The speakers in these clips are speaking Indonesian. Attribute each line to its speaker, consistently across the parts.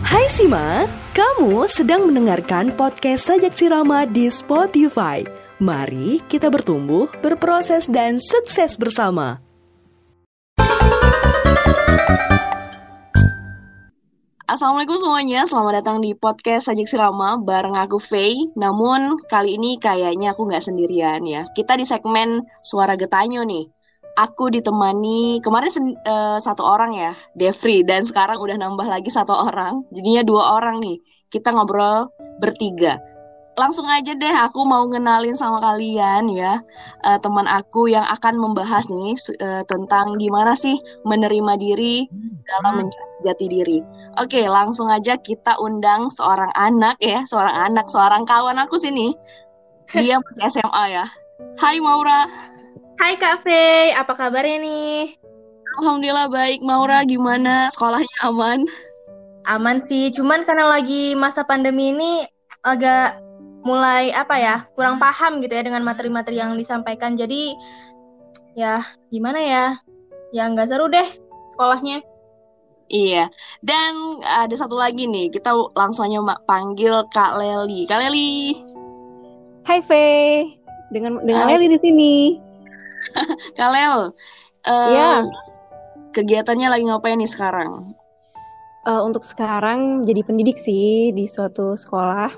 Speaker 1: Hai Sima, kamu sedang mendengarkan podcast Sajak Sirama di Spotify. Mari kita bertumbuh, berproses, dan sukses bersama.
Speaker 2: Assalamualaikum semuanya, selamat datang di podcast Sajak Sirama bareng aku Faye. Namun kali ini kayaknya aku nggak sendirian ya. Kita di segmen Suara Getanyo nih. Aku ditemani kemarin satu orang ya, Devri, dan sekarang udah nambah lagi satu orang, jadinya 2 orang nih. Kita ngobrol bertiga. Langsung aja deh, aku mau ngenalin sama kalian ya, teman aku yang akan membahas nih tentang gimana sih menerima diri dalam mencari jati diri. Oke, langsung aja kita undang seorang anak, seorang kawan aku sini. Dia masih SMA ya. Hai Maura.
Speaker 3: Hai Kak Faye, apa kabarnya nih?
Speaker 2: Alhamdulillah baik. Maura gimana? Sekolahnya aman?
Speaker 3: Aman sih, cuman karena lagi masa pandemi ini agak mulai kurang paham gitu ya dengan materi-materi yang disampaikan. Jadi ya gimana ya? Ya nggak seru deh sekolahnya.
Speaker 2: Iya. Dan ada satu lagi nih, kita langsung aja panggil Kak Leli. Kak Leli.
Speaker 4: Hai Faye, dengan
Speaker 2: Hai.
Speaker 4: Leli di sini.
Speaker 2: Kak Lel,
Speaker 4: Ya.
Speaker 2: Kegiatannya lagi ngapain nih sekarang?
Speaker 4: Untuk sekarang jadi pendidik sih di suatu sekolah.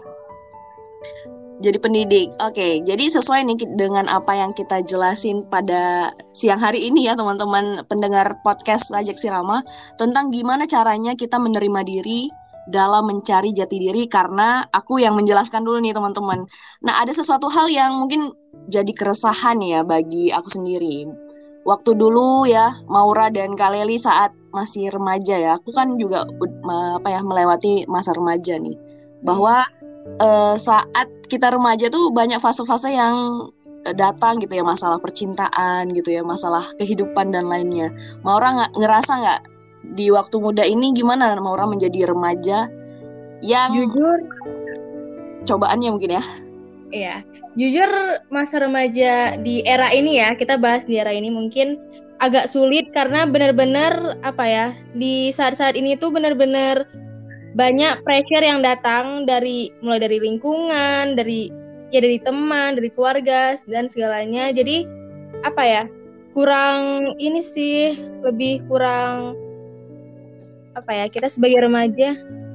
Speaker 2: Jadi pendidik. Oke, jadi sesuai nih dengan apa yang kita jelasin pada siang hari ini ya teman-teman pendengar podcast Sajak Sirama, tentang gimana caranya kita menerima diri dalam mencari jati diri, karena aku yang menjelaskan dulu nih teman-teman. Nah, ada sesuatu hal yang mungkin jadi keresahan ya bagi aku sendiri. Waktu dulu ya, Maura dan Kak Leli saat masih remaja ya, aku kan juga melewati masa remaja nih. Bahwa saat kita remaja tuh banyak fase-fase yang datang gitu ya, masalah percintaan gitu ya, masalah kehidupan dan lainnya. Maura ngerasa nggak di waktu muda ini gimana Maura menjadi remaja yang
Speaker 3: Jujur,
Speaker 2: cobaannya mungkin ya?
Speaker 3: Iya, jujur masa remaja di era ini ya, kita bahas di era ini mungkin agak sulit karena benar-benar di saat-saat ini tuh benar-benar banyak pressure yang datang mulai dari lingkungan, dari teman, dari keluarga dan segalanya. Jadi kurang ini sih, lebih kurang kita sebagai remaja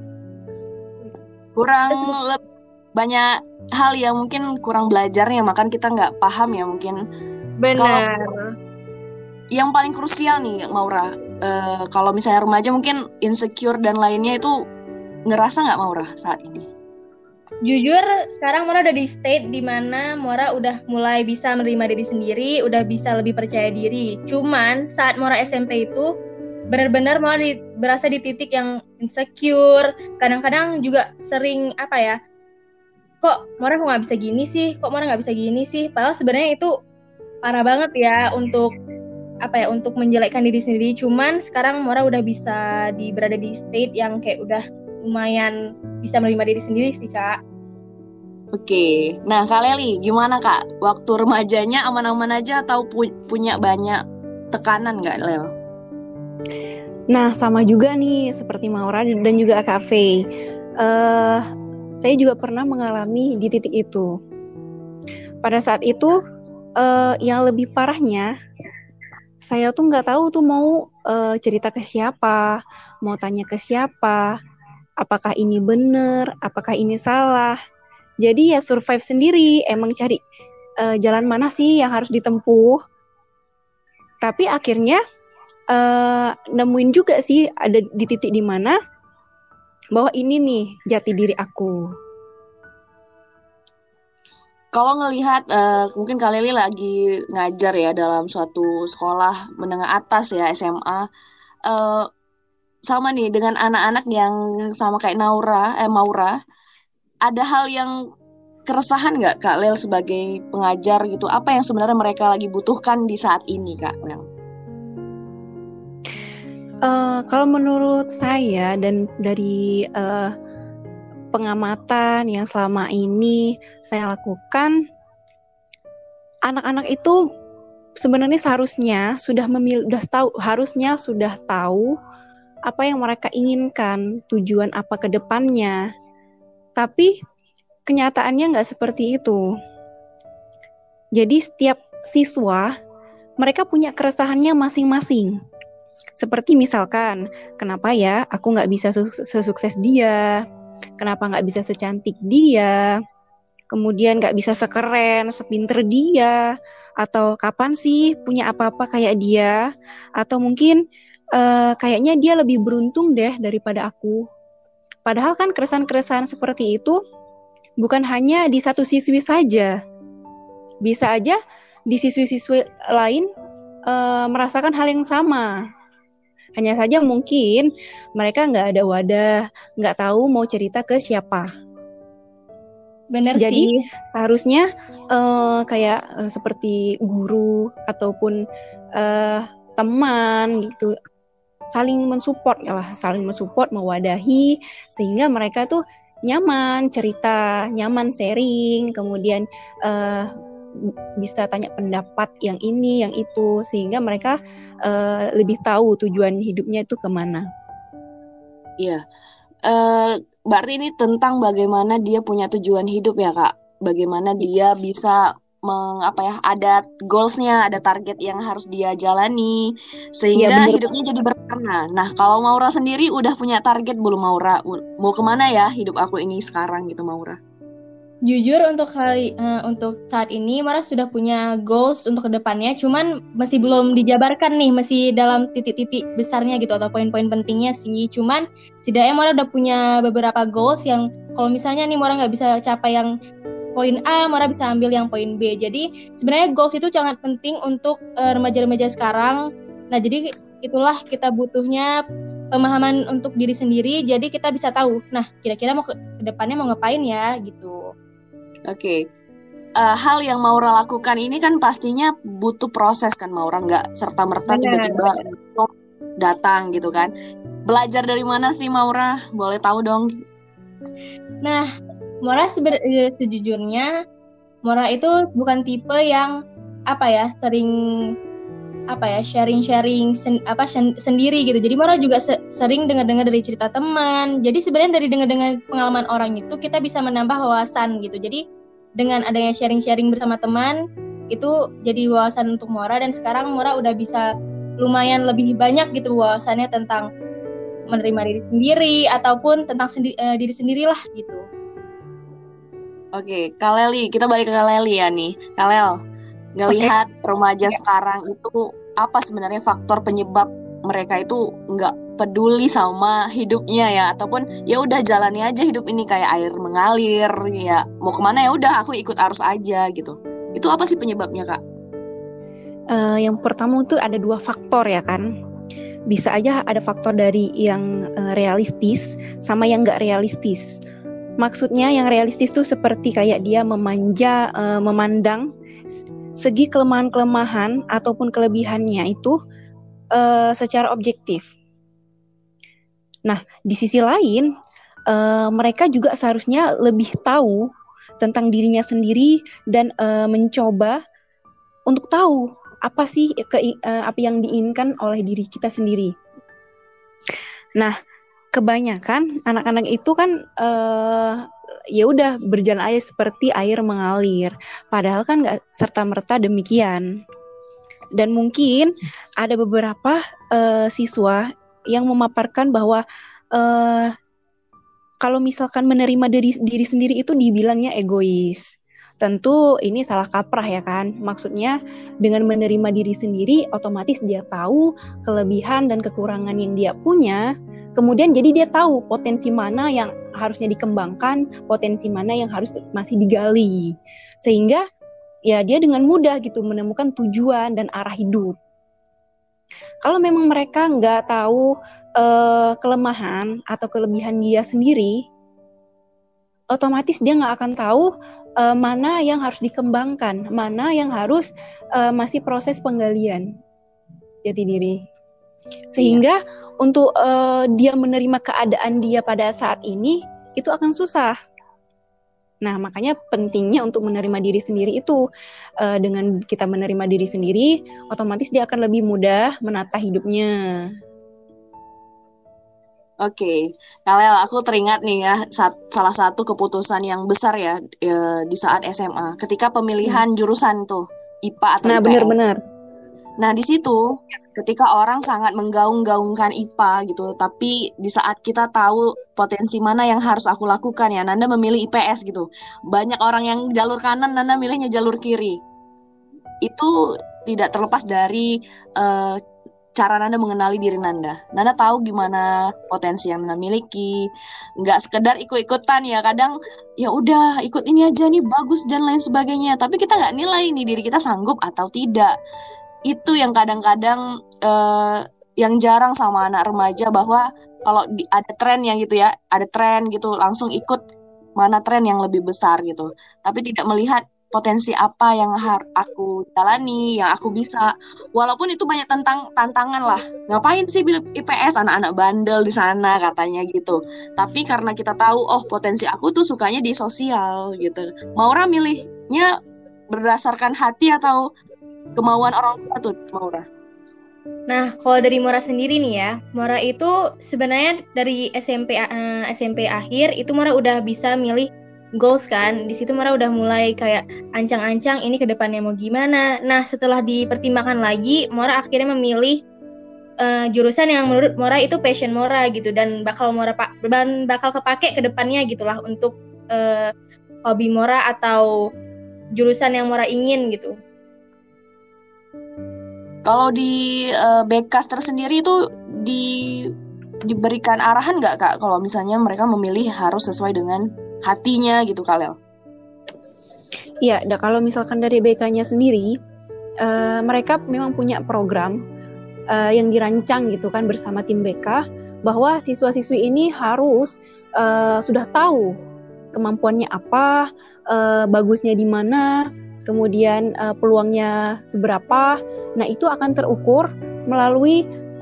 Speaker 2: kurang banyak hal yang mungkin kurang belajarnya, makanya kita nggak paham ya mungkin.
Speaker 3: benar.
Speaker 2: Yang paling krusial nih Maura, kalau misalnya remaja mungkin insecure dan lainnya itu ngerasa nggak Maura saat ini?
Speaker 3: Jujur sekarang Mora udah di state di mana Mora udah mulai bisa menerima diri sendiri, udah bisa lebih percaya diri. Cuman saat Mora SMP itu benar-benar Mora berasa di titik yang insecure. Kadang-kadang juga sering kok Mora nggak bisa gini sih? Kok Mora nggak bisa gini sih? Padahal sebenarnya itu parah banget ya untuk untuk menjelekkan diri sendiri. Cuman sekarang Mora udah bisa berada di state yang kayak udah lumayan bisa menerima diri sendiri sih Kak.
Speaker 2: Oke, nah Kak Leli gimana Kak? Waktu remajanya aman-aman aja atau punya banyak tekanan nggak Lel?
Speaker 4: Nah, sama juga nih seperti Maura dan juga Kak Faye. Saya juga pernah mengalami di titik itu. Pada saat itu, yang lebih parahnya, saya tuh nggak tahu tuh mau cerita ke siapa, mau tanya ke siapa, apakah ini benar, apakah ini salah. Jadi ya survive sendiri, emang cari jalan mana sih yang harus ditempuh. Tapi akhirnya nemuin juga sih ada di titik di mana bahwa ini nih jati diri aku.
Speaker 2: Kalau ngelihat mungkin Kak Leli lagi ngajar ya dalam suatu sekolah menengah atas ya, SMA, sama nih dengan anak-anak yang sama kayak Maura, ada hal yang keresahan nggak Kak Lel sebagai pengajar gitu? Apa yang sebenarnya mereka lagi butuhkan di saat ini Kak Lel?
Speaker 4: Kalau menurut saya dan dari pengamatan yang selama ini saya lakukan, anak-anak itu sebenarnya seharusnya sudah tahu apa yang mereka inginkan, tujuan apa ke depannya. Tapi kenyataannya nggak seperti itu. Jadi setiap siswa, mereka punya keresahannya masing-masing. Seperti misalkan, kenapa ya aku nggak bisa sesukses dia? Kenapa nggak bisa secantik dia? Kemudian nggak bisa sekeren, sepinter dia? Atau kapan sih punya apa-apa kayak dia? Atau mungkin kayaknya dia lebih beruntung deh daripada aku. Padahal kan keresahan-keresahan seperti itu bukan hanya di satu siswi saja. Bisa aja di siswi-siswi lain merasakan hal yang sama. Hanya saja mungkin mereka nggak ada wadah, nggak tahu mau cerita ke siapa.
Speaker 3: Bener
Speaker 4: Jadi
Speaker 3: sih.
Speaker 4: seharusnya kayak seperti guru ataupun teman gitu saling mensupport ya lah, saling mensupport, mewadahi sehingga mereka tuh nyaman cerita, nyaman sharing, kemudian bisa tanya pendapat yang ini, yang itu, sehingga mereka lebih tahu tujuan hidupnya itu kemana.
Speaker 2: Iya. Berarti ini tentang bagaimana dia punya tujuan hidup ya Kak. Bagaimana dia bisa ada goals-nya, ada target yang harus dia jalani sehingga hidupnya jadi berwarna. Nah, kalau Maura sendiri udah punya target belum Maura? Mau kemana ya hidup aku ini sekarang gitu Maura?
Speaker 3: Jujur untuk saat ini Mara sudah punya goals untuk kedepannya, cuman masih belum dijabarkan nih, masih dalam titik-titik besarnya gitu atau poin-poin pentingnya sih. Cuman setidaknya Mara udah punya beberapa goals yang kalau misalnya nih Mara nggak bisa capai yang poin A, Mara bisa ambil yang poin B. Jadi sebenarnya goals itu sangat penting untuk remaja-remaja sekarang. Nah jadi itulah kita butuhnya pemahaman untuk diri sendiri. Jadi kita bisa tahu, nah kira-kira mau ke depannya mau ngapain ya gitu.
Speaker 2: Oke. Hal yang Maura lakukan ini kan pastinya butuh proses kan Maura, nggak serta-merta tiba-tiba datang gitu kan. Belajar dari mana sih Maura? Boleh tahu dong.
Speaker 3: Nah, Maura sejujurnya Maura itu bukan tipe yang sering sharing-sharing sendiri gitu. Jadi Maura juga sering dengar-dengar dari cerita teman. Jadi sebenarnya dari dengar-dengar pengalaman orang itu kita bisa menambah wawasan gitu. Jadi dengan adanya sharing-sharing bersama teman itu jadi wawasan untuk Maura, dan sekarang Maura udah bisa lumayan lebih banyak gitu wawasannya tentang menerima diri sendiri ataupun tentang diri sendirilah gitu.
Speaker 2: Oke, Kak Leli, kita balik ke Kak Leli ya nih. Kak Lel, ngelihat remaja sekarang itu apa sebenarnya faktor penyebab mereka itu nggak peduli sama hidupnya ya, ataupun ya udah jalani aja hidup ini kayak air mengalir ya, mau kemana ya udah aku ikut arus aja gitu. Itu apa sih penyebabnya Kak?
Speaker 4: Yang pertama itu ada 2 faktor ya kan. Bisa aja ada faktor dari yang realistis sama yang nggak realistis. Maksudnya yang realistis tuh seperti kayak dia memandang segi kelemahan-kelemahan ataupun kelebihannya itu secara objektif. Nah, di sisi lain, mereka juga seharusnya lebih tahu tentang dirinya sendiri dan mencoba untuk tahu apa sih apa yang diinginkan oleh diri kita sendiri. Nah, kebanyakan anak-anak itu kan ya udah berjalan aja seperti air mengalir. Padahal kan nggak serta-merta demikian. Dan mungkin ada beberapa siswa yang memaparkan bahwa kalau misalkan menerima diri sendiri itu dibilangnya egois. Tentu ini salah kaprah ya kan. Maksudnya dengan menerima diri sendiri otomatis dia tahu kelebihan dan kekurangan yang dia punya. Kemudian jadi dia tahu potensi mana yang harusnya dikembangkan, potensi mana yang harus masih digali. Sehingga ya dia dengan mudah gitu menemukan tujuan dan arah hidup. Kalau memang mereka nggak tahu kelemahan atau kelebihan dia sendiri, otomatis dia nggak akan tahu mana yang harus dikembangkan, mana yang harus masih proses penggalian jati diri. Sehingga untuk dia menerima keadaan dia pada saat ini itu akan susah. Nah, makanya pentingnya untuk menerima diri sendiri itu. Dengan kita menerima diri sendiri, otomatis dia akan lebih mudah menata hidupnya.
Speaker 2: Oke, Kalel, aku teringat nih ya, salah satu keputusan yang besar ya, di saat SMA, ketika pemilihan jurusan tuh, IPA atau
Speaker 4: Nah,
Speaker 2: IPS.
Speaker 4: benar-benar.
Speaker 2: Nah, di situ ketika orang sangat menggaung-gaungkan IPA gitu, tapi di saat kita tahu potensi mana yang harus aku lakukan ya, Nanda memilih IPS gitu. Banyak orang yang jalur kanan, Nanda milihnya jalur kiri. Itu tidak terlepas dari eh, cara Nanda mengenali diri Nanda. Nanda tahu gimana potensi yang Nanda miliki. Nggak sekedar ikut-ikutan ya. Kadang ya udah ikut ini aja nih bagus dan lain sebagainya. Tapi kita nggak nilai nih diri kita sanggup atau tidak. Itu yang kadang-kadang yang jarang sama anak remaja, bahwa kalau ada tren yang gitu ya, ada tren gitu langsung ikut mana tren yang lebih besar gitu. Tapi tidak melihat potensi apa yang aku jalani, yang aku bisa. Walaupun itu banyak tantangan lah. Ngapain sih IPS, anak-anak bandel di sana katanya gitu. Tapi karena kita tahu, oh potensi aku tuh sukanya di sosial gitu. Maura milihnya berdasarkan hati atau kemauan orang tua tuh, Maura?
Speaker 3: Nah, kalau dari Mora sendiri nih ya, Mora itu sebenarnya dari SMP akhir itu Mora udah bisa milih goals kan. Di situ Mora udah mulai kayak ancang-ancang ini ke depannya mau gimana. Nah, setelah dipertimbangkan lagi, Mora akhirnya memilih jurusan yang menurut Mora itu passion Mora gitu, dan bakal kepake ke depannya gitulah untuk hobi Mora atau jurusan yang Mora ingin gitu.
Speaker 2: Kalau di Bekas tersendiri itu diberikan arahan nggak Kak, kalau misalnya mereka memilih harus sesuai dengan hatinya gitu, Kalel?
Speaker 4: Iya, kalau misalkan dari BK-nya sendiri, mereka memang punya program yang dirancang gitu kan bersama tim BK, bahwa siswa-siswi ini harus sudah tahu kemampuannya apa, bagusnya di mana, kemudian peluangnya seberapa. Nah, itu akan terukur melalui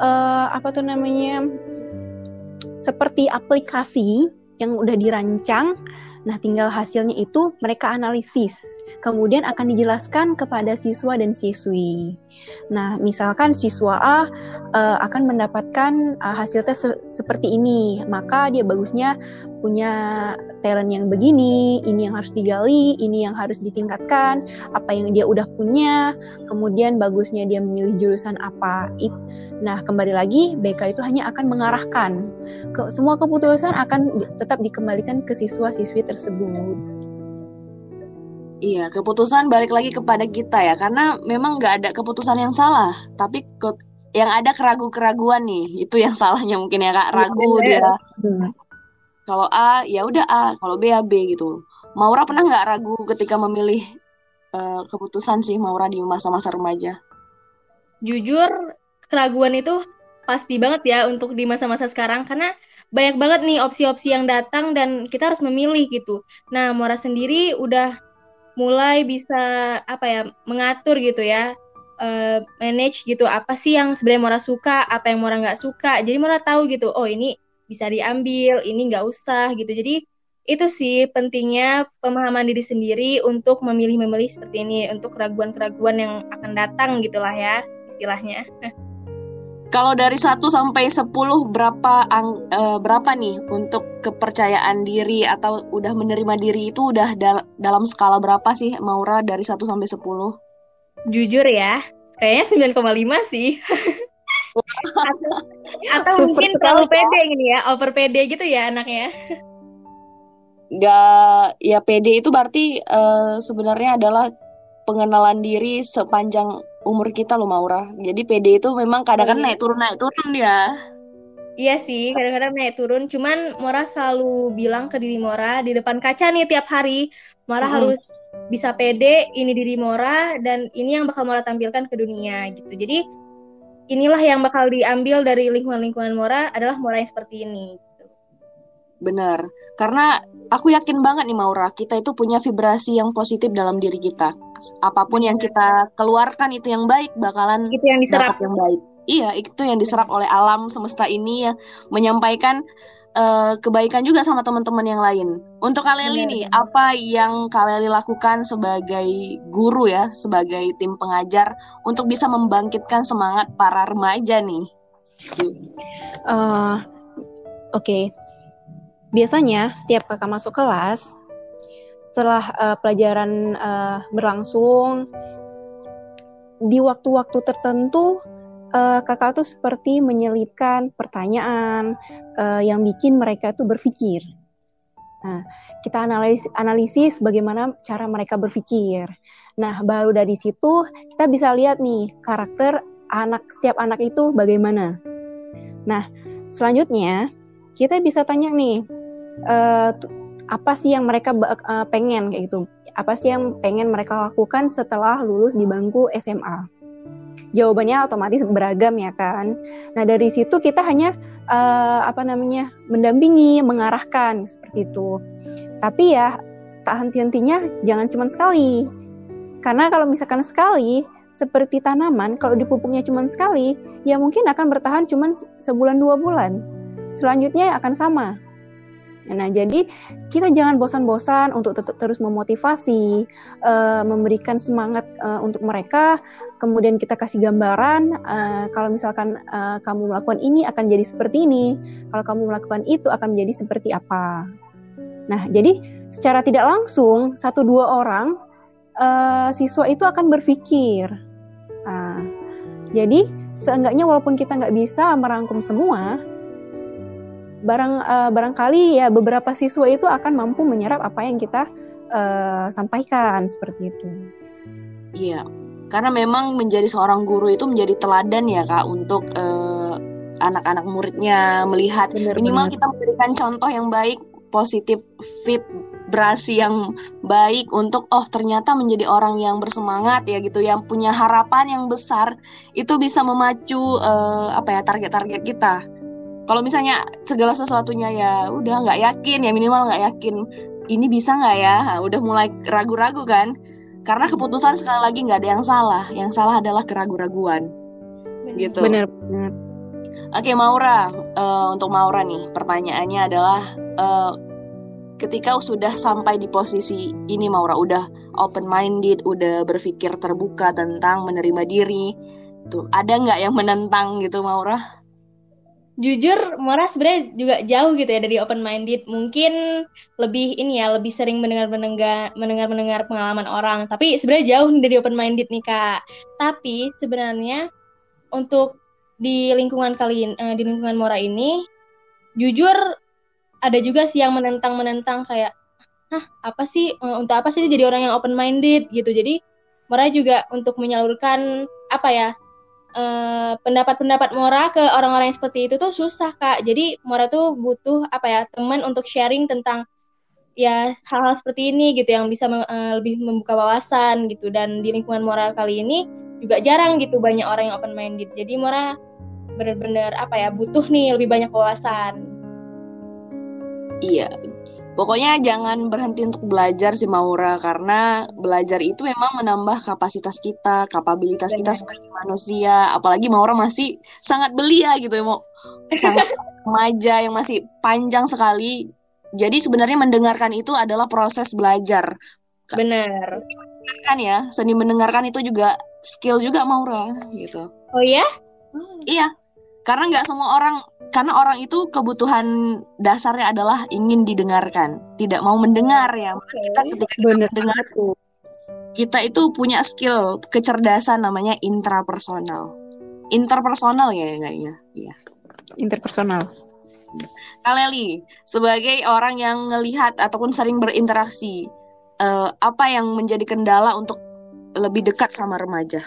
Speaker 4: seperti aplikasi yang udah dirancang. Nah, tinggal hasilnya itu mereka analisis. Kemudian akan dijelaskan kepada siswa dan siswi. Nah, misalkan siswa A akan mendapatkan hasil tes seperti ini, maka dia bagusnya punya talent yang begini, ini yang harus digali, ini yang harus ditingkatkan, apa yang dia udah punya, kemudian bagusnya dia memilih jurusan apa. Nah, kembali lagi, BK itu hanya akan mengarahkan. Semua keputusan akan tetap dikembalikan ke siswa-siswi tersebut.
Speaker 2: Iya, keputusan balik lagi kepada kita ya, karena memang nggak ada keputusan yang salah, tapi yang ada keraguan nih, itu yang salahnya mungkin ya Kak, ragu dia. Kalau A ya udah A, kalau B ya B gitu. Maura pernah nggak ragu ketika memilih keputusan sih, Maura, di masa-masa remaja?
Speaker 3: Jujur, keraguan itu pasti banget ya untuk di masa-masa sekarang, karena banyak banget nih opsi-opsi yang datang dan kita harus memilih gitu. Nah, Mora sendiri udah mulai bisa mengatur gitu ya, manage gitu apa sih yang sebenarnya Mora suka, apa yang Mora nggak suka. Jadi Mora tahu gitu, oh ini bisa diambil, ini nggak usah gitu. Jadi itu sih pentingnya pemahaman diri sendiri untuk memilih-memilih seperti ini, untuk keraguan-keraguan yang akan datang gitulah ya istilahnya.
Speaker 2: Kalau dari 1 sampai 10 berapa nih untuk kepercayaan diri atau udah menerima diri itu udah dalam skala berapa sih, Maura, dari 1 sampai 10?
Speaker 3: Jujur ya, kayaknya 9,5 sih. atau mungkin terlalu pede gini ya, over pede gitu ya anaknya.
Speaker 2: Nggak, ya pede itu berarti sebenarnya adalah pengenalan diri sepanjang umur kita loh, Maura. Jadi PD itu memang kadang-kadang naik turun dia.
Speaker 3: Iya sih, kadang-kadang naik turun. Cuman Mora selalu bilang ke diri Mora di depan kaca nih tiap hari, Mora harus bisa pede, ini diri Mora dan ini yang bakal Mora tampilkan ke dunia gitu. Jadi inilah yang bakal diambil dari lingkungan-lingkungan Mora adalah Mora yang seperti ini.
Speaker 2: Benar, karena aku yakin banget nih, Maura, kita itu punya vibrasi yang positif dalam diri kita. Apapun yang kita keluarkan itu yang baik, bakalan
Speaker 3: itu yang diserap
Speaker 2: yang baik. Iya, itu yang diserap oleh alam semesta ini, ya, menyampaikan kebaikan juga sama teman-teman yang lain. Untuk Kaleli nih, apa yang Kaleli lakukan sebagai guru ya, sebagai tim pengajar untuk bisa membangkitkan semangat para remaja nih?
Speaker 4: Oke, biasanya setiap kakak masuk kelas, setelah pelajaran berlangsung, di waktu-waktu tertentu, kakak tuh seperti menyelipkan pertanyaan yang bikin mereka tuh berpikir. Nah, kita analisis bagaimana cara mereka berpikir. Nah, baru dari situ kita bisa lihat nih karakter setiap anak itu bagaimana. Nah, selanjutnya kita bisa tanya nih, apa sih yang mereka pengen kayak gitu? Apa sih yang pengen mereka lakukan setelah lulus di bangku SMA? Jawabannya otomatis beragam ya kan. Nah, dari situ kita hanya mendampingi, mengarahkan seperti itu. Tapi ya tak henti-hentinya jangan cuma sekali. Karena kalau misalkan sekali, seperti tanaman, kalau dipupuknya cuma sekali, ya mungkin akan bertahan cuma sebulan 2 bulan. Selanjutnya akan sama. Nah, jadi kita jangan bosan-bosan untuk terus memotivasi, memberikan semangat untuk mereka. Kemudian kita kasih gambaran, kalau misalkan kamu melakukan ini akan jadi seperti ini. Kalau kamu melakukan itu akan menjadi seperti apa. Nah, jadi secara tidak langsung 1-2 orang siswa itu akan berpikir. Jadi seenggaknya walaupun kita nggak bisa merangkum semua, barangkali ya beberapa siswa itu akan mampu menyerap apa yang kita sampaikan seperti itu.
Speaker 2: Iya, karena memang menjadi seorang guru itu menjadi teladan ya Kak untuk anak-anak muridnya melihat minimal kita memberikan contoh yang baik, positif vibrasi yang baik untuk ternyata menjadi orang yang bersemangat ya gitu, yang punya harapan yang besar, itu bisa memacu target-target kita. Kalau misalnya segala sesuatunya ya udah nggak yakin, ya minimal nggak yakin ini bisa nggak ya, udah mulai ragu-ragu kan, karena keputusan sekali lagi nggak ada yang salah adalah keraguan-raguan. Gitu.
Speaker 4: Benar.
Speaker 2: Oke, Maura, untuk Maura nih pertanyaannya adalah ketika sudah sampai di posisi ini Maura, udah open minded, udah berpikir terbuka tentang menerima diri, tuh ada nggak yang menentang gitu Maura?
Speaker 3: Jujur, Mora sebenarnya juga jauh gitu ya dari open minded. Mungkin lebih lebih sering mendengar pengalaman orang. Tapi sebenarnya jauh dari open minded nih Kak. Tapi sebenarnya untuk di lingkungan di lingkungan Mora ini, jujur ada juga sih yang menentang kayak, untuk apa sih jadi orang yang open minded gitu. Jadi Mora juga untuk menyalurkan pendapat-pendapat Mora ke orang-orang yang seperti itu tuh susah Kak. Jadi Mora tuh butuh teman untuk sharing tentang ya hal-hal seperti ini gitu, yang bisa lebih membuka wawasan gitu. Dan di lingkungan Mora kali ini juga jarang gitu banyak orang yang open minded. Jadi Mora benar-benar butuh nih lebih banyak wawasan.
Speaker 2: Iya. Pokoknya jangan berhenti untuk belajar sih Maura, karena belajar itu memang menambah kapasitas kita, kapabilitas kita sebagai manusia. Apalagi Maura masih sangat belia gitu, sangat remaja yang masih panjang sekali. Jadi sebenarnya mendengarkan itu adalah proses belajar.
Speaker 3: Benar.
Speaker 2: Kan ya, seni mendengarkan itu juga skill juga Maura gitu.
Speaker 3: Oh ya?
Speaker 2: Iya. Karena nggak semua orang, karena orang itu kebutuhan dasarnya adalah ingin didengarkan, tidak mau mendengar ya. Kita ketika mendengar, kita itu punya skill, kecerdasan namanya intrapersonal ya kayaknya. Iya.
Speaker 4: Interpersonal.
Speaker 2: Kaleli, sebagai orang yang ngelihat ataupun sering berinteraksi, apa yang menjadi kendala untuk lebih dekat sama remaja?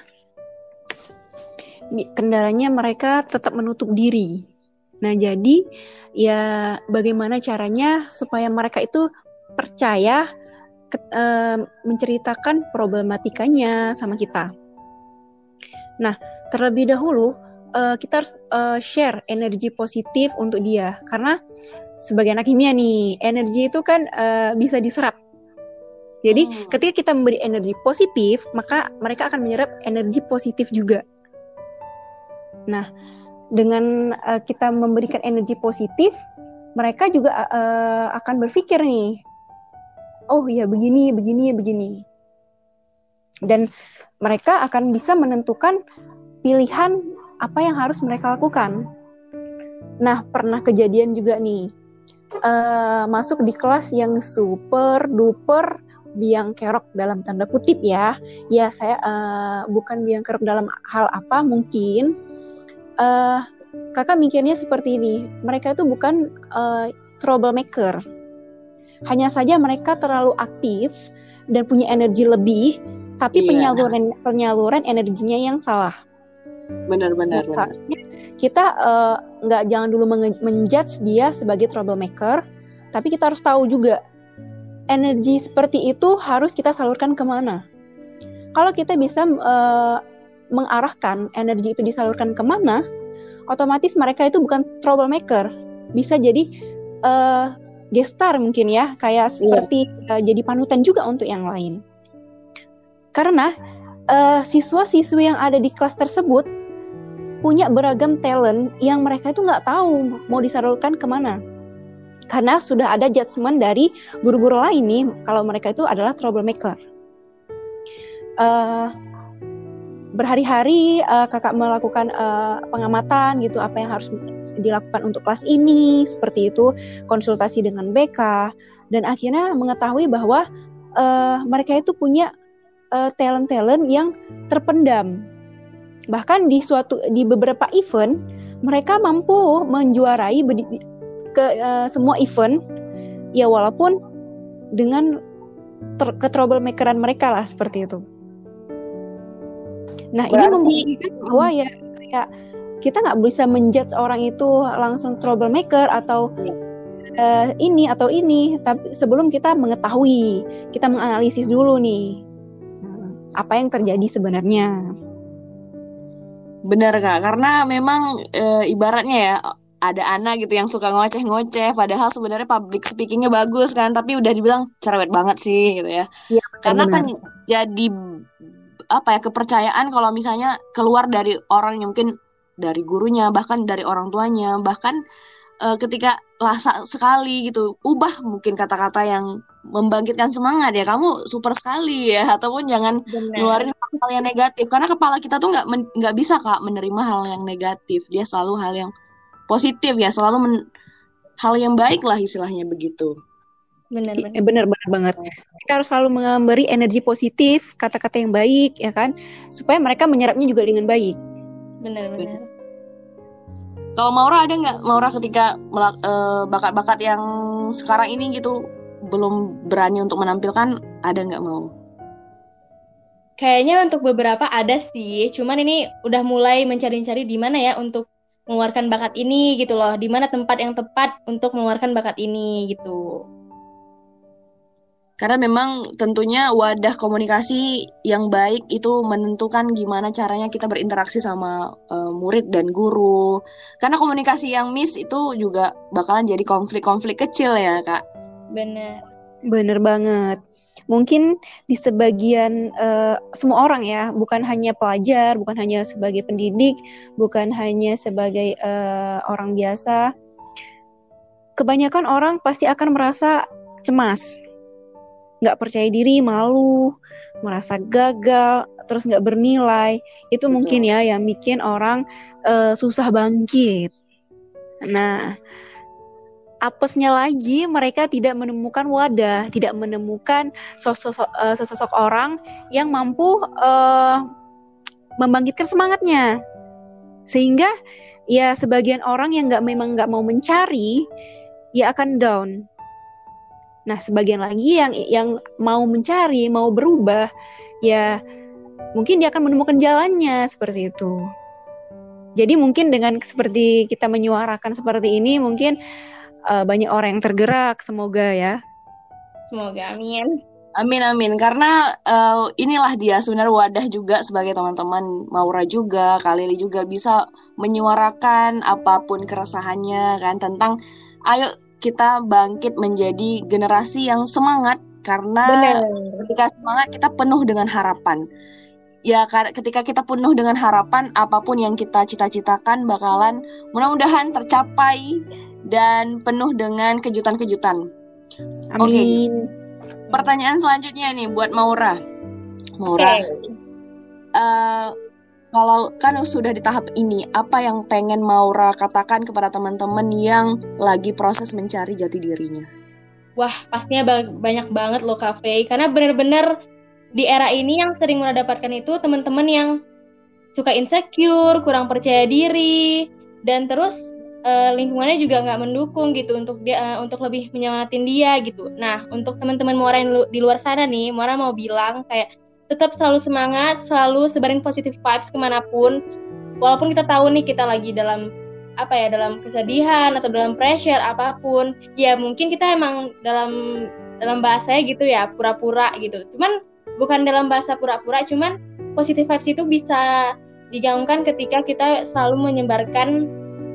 Speaker 4: Kendalanya mereka tetap menutup diri. Nah, jadi ya bagaimana caranya supaya mereka itu percaya menceritakan problematikanya sama kita. Nah, terlebih dahulu kita harus share energi positif untuk dia, karena sebagai anak kimia nih, energi itu kan bisa diserap. Jadi ketika kita memberi energi positif, maka mereka akan menyerap energi positif juga. Nah, dengan kita memberikan energi positif, mereka juga akan berpikir nih, oh ya begini. Dan mereka akan bisa menentukan pilihan apa yang harus mereka lakukan. Nah, pernah kejadian juga nih, masuk di kelas yang super duper biang kerok dalam tanda kutip ya. Ya, saya bukan biang kerok dalam hal apa, mungkin kakak mikirnya seperti ini. Mereka itu bukan troublemaker. Hanya saja mereka terlalu aktif dan punya energi lebih, tapi penyaluran energinya yang salah.
Speaker 2: Benar.
Speaker 4: Kita jangan dulu menjudge dia sebagai troublemaker, tapi kita harus tahu juga energi seperti itu harus kita salurkan kemana. Kalau kita bisa mengarahkan energi itu disalurkan kemana, otomatis mereka itu bukan troublemaker, bisa jadi gestar mungkin ya, kayak seperti jadi panutan juga untuk yang lain. Karena siswa-siswi yang ada di kelas tersebut punya beragam talent yang mereka itu nggak tahu mau disalurkan kemana. Karena sudah ada judgement dari guru-guru lain nih, kalau mereka itu adalah troublemaker. Berhari-hari kakak melakukan pengamatan gitu, apa yang harus dilakukan untuk kelas ini, seperti itu, konsultasi dengan BK, dan akhirnya mengetahui bahwa mereka itu punya talent-talent yang terpendam. Bahkan di beberapa event mereka mampu menjuarai semua event, ya walaupun dengan troublemakeran mereka lah, seperti itu. Nah, ini membuktikan bahwa ya kayak kita nggak bisa menjudge orang itu langsung troublemaker atau ini atau ini, tapi sebelum kita mengetahui, kita menganalisis dulu nih apa yang terjadi sebenarnya.
Speaker 2: Benar Kak, karena memang ibaratnya ya ada anak gitu yang suka ngoceh-ngoceh, padahal sebenarnya public speakingnya bagus kan, tapi udah dibilang cerewet banget sih gitu ya.
Speaker 4: Ya,
Speaker 2: karena kan jadi kepercayaan kalau misalnya keluar dari orang yang mungkin dari gurunya, bahkan dari orang tuanya, bahkan ketika sekali gitu ubah mungkin kata-kata yang membangkitkan semangat, ya kamu super sekali ya, ataupun jangan ngeluarin hal yang negatif, karena kepala kita tuh nggak bisa Kak menerima hal yang negatif, dia selalu hal yang positif ya, selalu hal yang baik lah istilahnya begitu.
Speaker 4: Benar banget. Kita harus selalu memberi energi positif, kata-kata yang baik ya kan, supaya mereka menyerapnya juga dengan baik.
Speaker 3: Benar.
Speaker 2: Kalau Maura ada nggak, Maura ketika bakat-bakat yang sekarang ini gitu belum berani untuk menampilkan, ada nggak mau?
Speaker 3: Kayaknya untuk beberapa ada sih, cuman ini udah mulai mencari-cari di mana ya untuk mengeluarkan bakat ini gitu loh, di mana tempat yang tepat untuk mengeluarkan bakat ini gitu.
Speaker 2: Karena memang tentunya wadah komunikasi yang baik itu menentukan gimana caranya kita berinteraksi sama murid dan guru. Karena komunikasi yang miss itu juga bakalan jadi konflik-konflik kecil ya Kak.
Speaker 4: Bener banget. Mungkin di sebagian semua orang ya, bukan hanya pelajar, bukan hanya sebagai pendidik, bukan hanya sebagai orang biasa. Kebanyakan orang pasti akan merasa cemas, nggak percaya diri, malu, merasa gagal, terus nggak bernilai. Itu betul. Mungkin ya yang bikin orang susah bangkit. Nah, apesnya lagi mereka tidak menemukan wadah, tidak menemukan sosok orang yang mampu membangkitkan semangatnya. Sehingga ya sebagian orang yang memang nggak mau mencari, ya akan down. Nah, sebagian lagi yang mau mencari, mau berubah, ya mungkin dia akan menemukan jalannya, seperti itu. Jadi mungkin dengan seperti kita menyuarakan seperti ini, mungkin banyak orang yang tergerak, semoga ya.
Speaker 3: Semoga, amin.
Speaker 2: Amin. Karena inilah dia sebenarnya wadah juga sebagai teman-teman Maura juga, Kalili juga bisa menyuarakan apapun keresahannya kan, tentang ayo kita bangkit menjadi generasi yang semangat, karena ketika semangat kita penuh dengan harapan. Ya, ketika kita penuh dengan harapan, apapun yang kita cita-citakan bakalan mudah-mudahan tercapai dan penuh dengan kejutan-kejutan.
Speaker 4: Amin.
Speaker 2: Pertanyaan selanjutnya nih buat Maura. kalau kan sudah di tahap ini, apa yang pengen Maura katakan kepada teman-teman yang lagi proses mencari jati dirinya?
Speaker 3: Wah, pastinya banyak banget loh Kak Faye, karena benar-benar di era ini yang sering Maura dapatkan itu teman-teman yang suka insecure, kurang percaya diri, dan terus lingkungannya juga nggak mendukung gitu untuk dia untuk lebih menyemangatin dia gitu. Nah, untuk teman-teman Maura yang di luar sana nih, Maura mau bilang kayak tetap selalu semangat, selalu sebarin positive vibes kemanapun. Walaupun kita tahu nih kita lagi dalam dalam kesedihan atau dalam pressure apapun, ya mungkin kita emang dalam bahasanya gitu ya pura-pura gitu. Cuman bukan dalam bahasa pura-pura, cuman positive vibes itu bisa digaungkan ketika kita selalu menyebarkan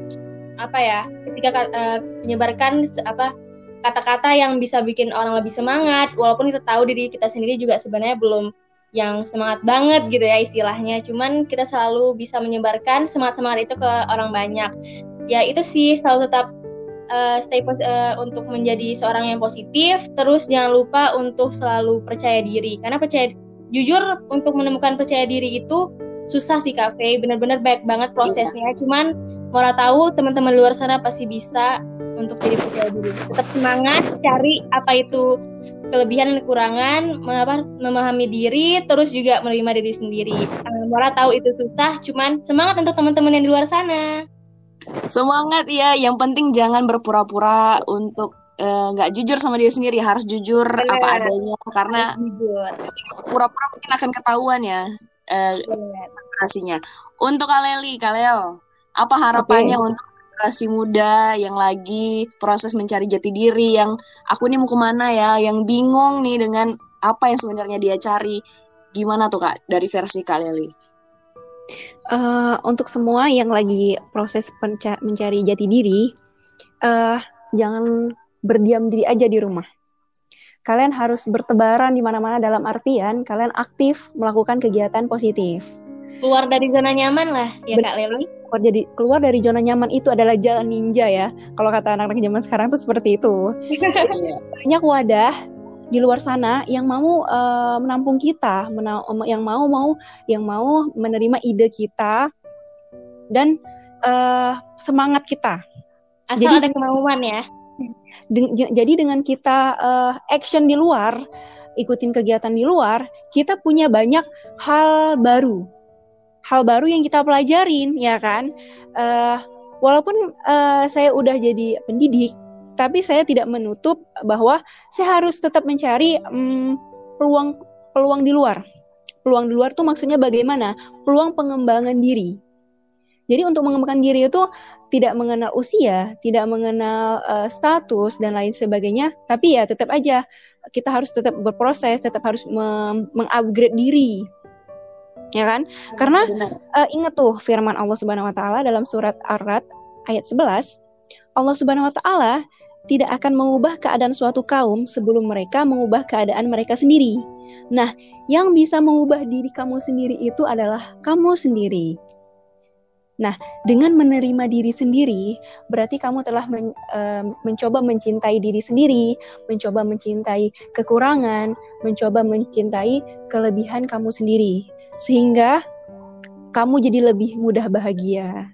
Speaker 3: menyebarkan kata-kata yang bisa bikin orang lebih semangat, walaupun kita tahu diri kita sendiri juga sebenarnya belum yang semangat banget gitu ya istilahnya, cuman kita selalu bisa menyebarkan semangat-semangat itu ke orang banyak. Ya itu sih, selalu tetap untuk menjadi seorang yang positif, terus jangan lupa untuk selalu percaya diri, karena jujur untuk menemukan percaya diri itu susah sih Kak Faye, benar-benar baik banget prosesnya. Cuman Maura tahu teman-teman luar sana pasti bisa untuk jadi percaya diri. Tetap semangat, cari apa itu kelebihan dan kekurangan, memahami diri, terus juga menerima diri sendiri. Maura tahu itu susah, cuman semangat untuk teman-teman yang di luar sana.
Speaker 2: Semangat ya, yang penting jangan berpura-pura untuk nggak jujur sama diri sendiri, harus jujur apa adanya, karena pura-pura mungkin akan ketahuan ya. Generasinya. Untuk Kalel, apa harapannya untuk generasi muda yang lagi proses mencari jati diri, yang aku nih mau kemana ya, yang bingung nih dengan apa yang sebenarnya dia cari, gimana tuh Kak dari versi Kalel?
Speaker 4: Untuk semua yang lagi proses mencari jati diri, jangan berdiam diri aja di rumah. Kalian harus bertebaran di mana-mana, dalam artian kalian aktif melakukan kegiatan positif.
Speaker 3: Keluar dari zona nyaman lah ya Kak Leli.
Speaker 4: Keluar dari zona nyaman itu adalah jalan ninja ya. Kalau kata anak-anak zaman sekarang tuh seperti itu. Banyak wadah di luar sana yang mau menampung kita, yang mau menerima ide kita dan semangat kita.
Speaker 3: Asal ada kemauan ya.
Speaker 4: Jadi dengan kita action di luar, ikutin kegiatan di luar, kita punya banyak hal baru yang kita pelajarin, ya kan? Walaupun saya udah jadi pendidik, tapi saya tidak menutup bahwa saya harus tetap mencari peluang di luar. Peluang di luar tuh maksudnya bagaimana? Peluang pengembangan diri. Jadi untuk mengembangkan diri itu tidak mengenal usia, tidak mengenal status dan lain sebagainya, tapi ya tetap aja kita harus tetap berproses, tetap harus mengupgrade diri, ya kan? Karena ingat tuh firman Allah Subhanahu Wa Taala dalam surat Ar-Ra'd ayat 11, Allah Subhanahu Wa Taala tidak akan mengubah keadaan suatu kaum sebelum mereka mengubah keadaan mereka sendiri. Nah, yang bisa mengubah diri kamu sendiri itu adalah kamu sendiri. Nah, dengan menerima diri sendiri, berarti kamu telah mencoba mencintai diri sendiri, mencoba mencintai kekurangan, mencoba mencintai kelebihan kamu sendiri. Sehingga kamu jadi lebih mudah bahagia.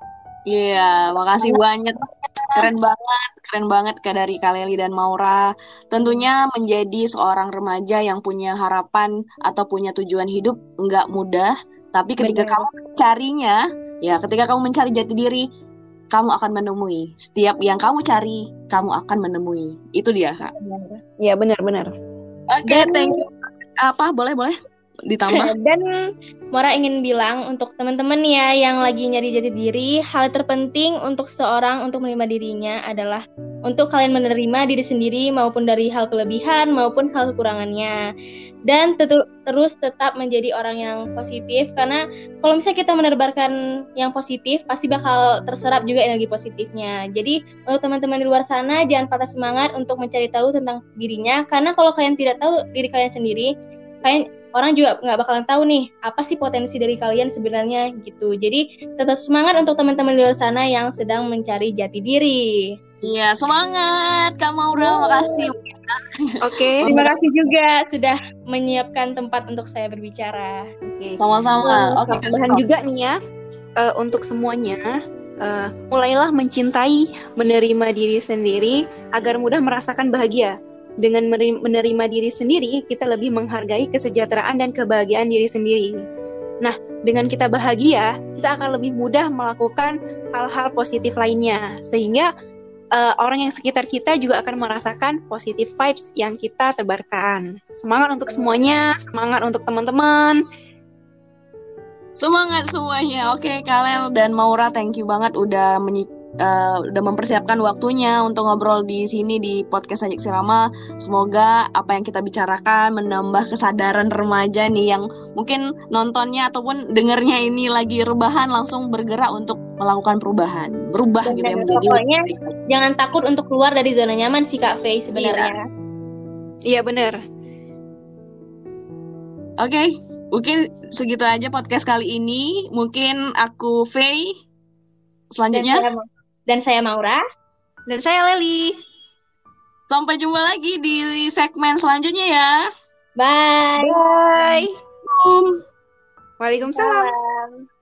Speaker 2: Iya, makasih banyak. Keren banget Kak dari Kaleli dan Maura. Tentunya menjadi seorang remaja yang punya harapan atau punya tujuan hidup nggak mudah. Tapi ketika kamu carinya, ketika kamu mencari jati diri, kamu akan menemui. Setiap yang kamu cari, kamu akan menemui. Itu dia, Kak.
Speaker 4: Ya, benar-benar.
Speaker 2: Oke, thank you. Boleh ditambah?
Speaker 3: Dan Maura ingin bilang untuk teman-teman ya yang lagi nyari jati diri, hal terpenting untuk seorang untuk menerima dirinya adalah untuk kalian menerima diri sendiri maupun dari hal kelebihan maupun hal kekurangannya. Dan terus tetap menjadi orang yang positif, karena kalau misalnya kita menebarkan yang positif pasti bakal terserap juga energi positifnya. Jadi untuk teman-teman di luar sana, jangan patah semangat untuk mencari tahu tentang dirinya, karena kalau kalian tidak tahu diri kalian sendiri, orang juga nggak bakalan tahu nih apa sih potensi dari kalian sebenarnya gitu. Jadi tetap semangat untuk teman-teman di luar sana yang sedang mencari jati diri.
Speaker 2: Iya, semangat Kak Maura, makasih.
Speaker 4: Oke.
Speaker 3: Terima kasih juga sudah menyiapkan tempat untuk saya berbicara.
Speaker 4: Oke.
Speaker 2: Sama-sama. Oke,
Speaker 4: Tambahan juga nih ya, untuk semuanya, mulailah mencintai, menerima diri sendiri agar mudah merasakan bahagia. Dengan menerima diri sendiri, kita lebih menghargai kesejahteraan dan kebahagiaan diri sendiri. Nah, dengan kita bahagia, kita akan lebih mudah melakukan hal-hal positif lainnya. Sehingga orang yang sekitar kita juga akan merasakan positive vibes yang kita sebarkan. Semangat untuk semuanya, semangat untuk teman-teman.
Speaker 2: Semangat semuanya. Oke, Kalel dan Maura, thank you banget udah mempersiapkan waktunya untuk ngobrol di sini di podcast Sajak Sirama. Semoga apa yang kita bicarakan menambah kesadaran remaja nih yang mungkin nontonnya ataupun dengernya ini lagi rebahan langsung bergerak untuk melakukan perubahan, berubah gitu ya menjadi.
Speaker 3: Pokoknya jangan takut untuk keluar dari zona nyaman sih Kak Faye sebenarnya.
Speaker 4: Iya benar.
Speaker 2: Oke, mungkin segitu aja podcast kali ini. Mungkin aku Faye. Selanjutnya.
Speaker 3: Dan saya Maura.
Speaker 4: Dan saya Leli.
Speaker 2: Sampai jumpa lagi di segmen selanjutnya ya.
Speaker 3: Bye.
Speaker 4: Bye.
Speaker 2: Waalaikumsalam.
Speaker 4: Waalaikumsalam.